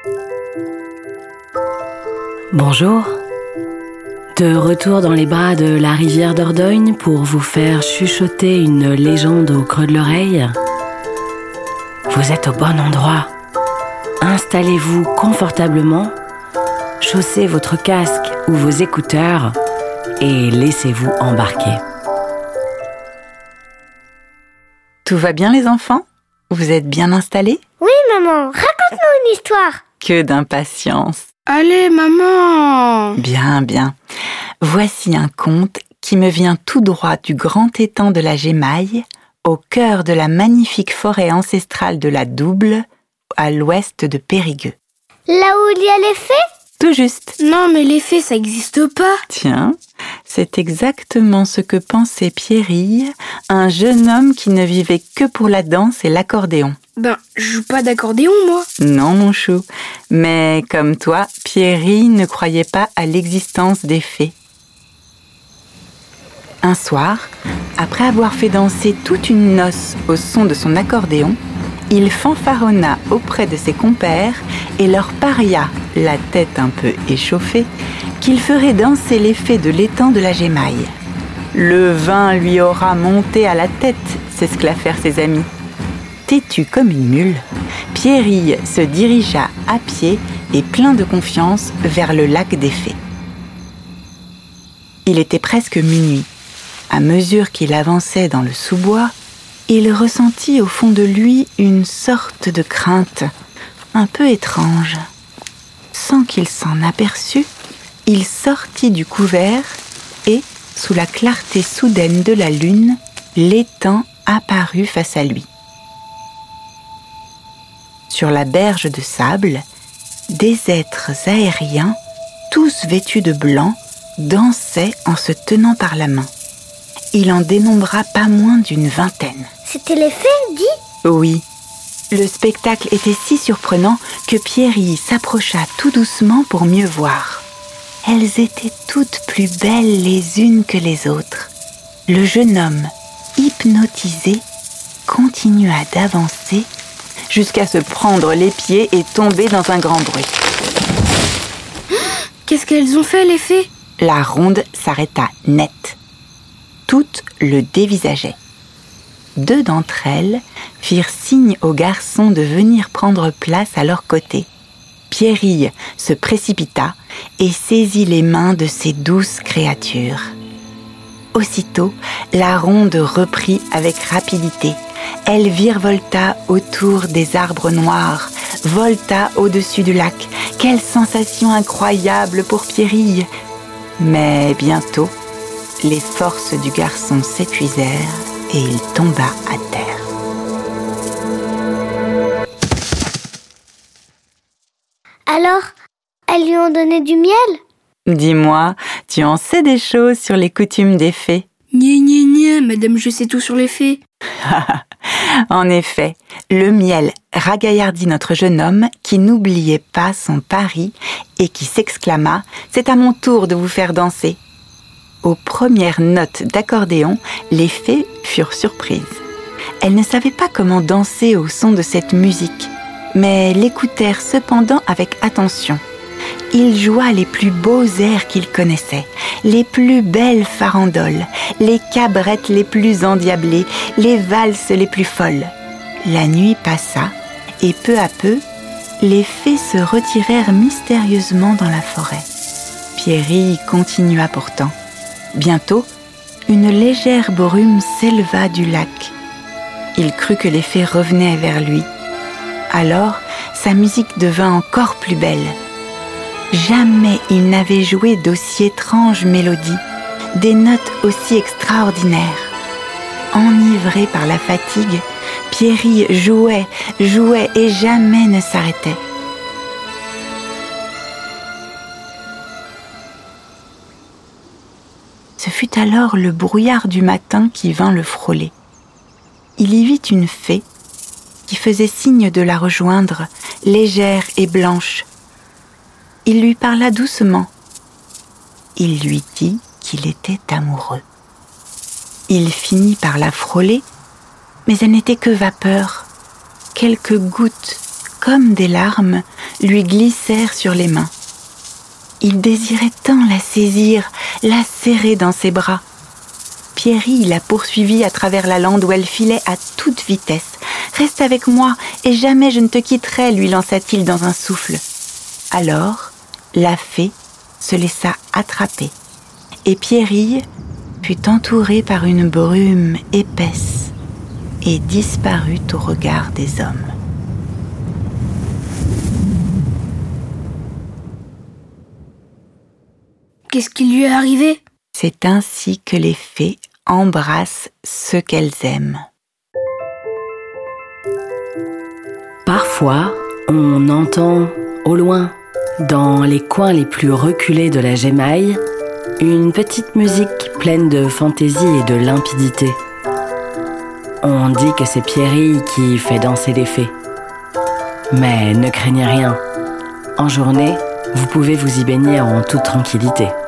Bonjour. De retour dans les bras de la rivière Dordogne pour vous faire chuchoter une légende au creux de l'oreille. Vous êtes au bon endroit. Installez-vous confortablement, chaussez votre casque ou vos écouteurs et laissez-vous embarquer. Tout va bien les enfants ? Vous êtes bien installés ? Oui maman, raconte-nous une histoire. Que d'impatience. Allez maman. Bien, bien. Voici un conte qui me vient tout droit du grand étang de la Gémaille, au cœur de la magnifique forêt ancestrale de la Double, à l'ouest de Périgueux. Là où il y a les fées ? Tout juste. Non mais les fées ça existe pas. Tiens, c'est exactement ce que pensait Pierrille, un jeune homme qui ne vivait que pour la danse et l'accordéon. Ben, je joue pas d'accordéon moi. Non mon chou, mais comme toi, Pierrille ne croyait pas à l'existence des fées. Un soir, après avoir fait danser toute une noce au son de son accordéon, il fanfaronna auprès de ses compères et leur paria, la tête un peu échauffée, qu'il ferait danser les fées de l'étang de la Gémaille. Le vin lui aura monté à la tête, s'esclaffèrent ses amis. Têtu comme une mule, Pierrille se dirigea à pied et plein de confiance vers le lac des fées. Il était presque minuit. À mesure qu'il avançait dans le sous-bois, il ressentit au fond de lui une sorte de crainte, un peu étrange. Sans qu'il s'en aperçût, il sortit du couvert et, sous la clarté soudaine de la lune, l'étang apparut face à lui. Sur la berge de sable, des êtres aériens, tous vêtus de blanc, dansaient en se tenant par la main. Il en dénombra pas moins d'une vingtaine. C'était les fées, dis ? Oui, le spectacle était si surprenant que Pierrille s'approcha tout doucement pour mieux voir. Elles étaient toutes plus belles les unes que les autres. Le jeune homme, hypnotisé, continua d'avancer jusqu'à se prendre les pieds et tomber dans un grand bruit. Qu'est-ce qu'elles ont fait les fées ? La ronde s'arrêta net. Toutes le dévisageaient. 2 d'entre elles firent signe aux garçons de venir prendre place à leur côté. Pierrille se précipita et saisit les mains de ces douces créatures. Aussitôt, la ronde reprit avec rapidité. Elle virevolta autour des arbres noirs, volta au-dessus du lac. Quelle sensation incroyable pour Pierrille! Mais bientôt, les forces du garçon s'épuisèrent et il tomba à terre. Alors, elles lui ont donné du miel ? Dis-moi, tu en sais des choses sur les coutumes des fées ? Gna, madame, je sais tout sur les fées. En effet, le miel ragaillardit notre jeune homme qui n'oubliait pas son pari et qui s'exclama « C'est à mon tour de vous faire danser !» Aux premières notes d'accordéon, les fées furent surprises. Elles ne savaient pas comment danser au son de cette musique, mais l'écoutèrent cependant avec attention. Il joua les plus beaux airs qu'il connaissait, les plus belles farandoles, les cabrettes les plus endiablées, les valses les plus folles. La nuit passa, et peu à peu, les fées se retirèrent mystérieusement dans la forêt. Pierrille continua pourtant. Bientôt, une légère brume s'éleva du lac. Il crut que les fées revenaient vers lui. Alors, sa musique devint encore plus belle. Jamais il n'avait joué d'aussi étranges mélodies, des notes aussi extraordinaires. Enivré par la fatigue, Pierrille jouait et jamais ne s'arrêtait. Ce fut alors le brouillard du matin qui vint le frôler. Il y vit une fée qui faisait signe de la rejoindre, légère et blanche. Il lui parla doucement. Il lui dit qu'il était amoureux. Il finit par la frôler, mais elle n'était que vapeur. Quelques gouttes, comme des larmes, lui glissèrent sur les mains. Il désirait tant la saisir, la serrer dans ses bras. Pierry la poursuivit à travers la lande où elle filait à toute vitesse. « Reste avec moi et jamais je ne te quitterai » lui lança-t-il dans un souffle. Alors, la fée se laissa attraper et Pierry fut entourée par une brume épaisse et disparut au regard des hommes. Qu'est-ce qui lui est arrivé ? C'est ainsi que les fées embrassent ceux qu'elles aiment. Parfois, on entend au loin, dans les coins les plus reculés de la Gémaille, une petite musique pleine de fantaisie et de limpidité. On dit que c'est Pierry qui fait danser les fées. Mais ne craignez rien. En journée, vous pouvez vous y baigner en toute tranquillité.